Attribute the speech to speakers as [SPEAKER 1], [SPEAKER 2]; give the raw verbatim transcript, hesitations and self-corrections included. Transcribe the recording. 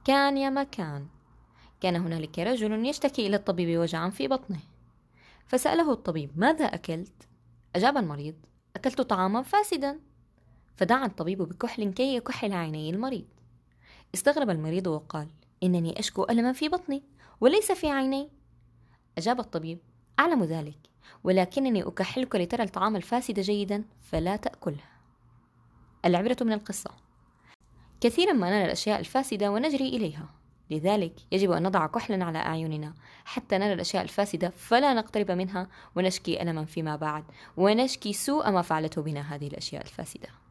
[SPEAKER 1] كان يا مكان، كان هنالك رجل يشتكي إلى الطبيب وجعا في بطنه، فسأله الطبيب: ماذا أكلت؟ أجاب المريض: أكلت طعاما فاسدا. فدعا الطبيب بكحل كي يكحل عيني المريض. استغرب المريض وقال: إنني أشكو ألما في بطني وليس في عيني. أجاب الطبيب: أعلم ذلك، ولكنني أكحلك لترى الطعام الفاسد جيدا فلا تأكله. العبرة من القصة: كثيرا ما نرى الأشياء الفاسدة ونجري إليها، لذلك يجب أن نضع كحلا على أعيننا حتى نرى الأشياء الفاسدة فلا نقترب منها ونشكي ألما فيما بعد، ونشكي سوء ما فعلته بنا هذه الأشياء الفاسدة.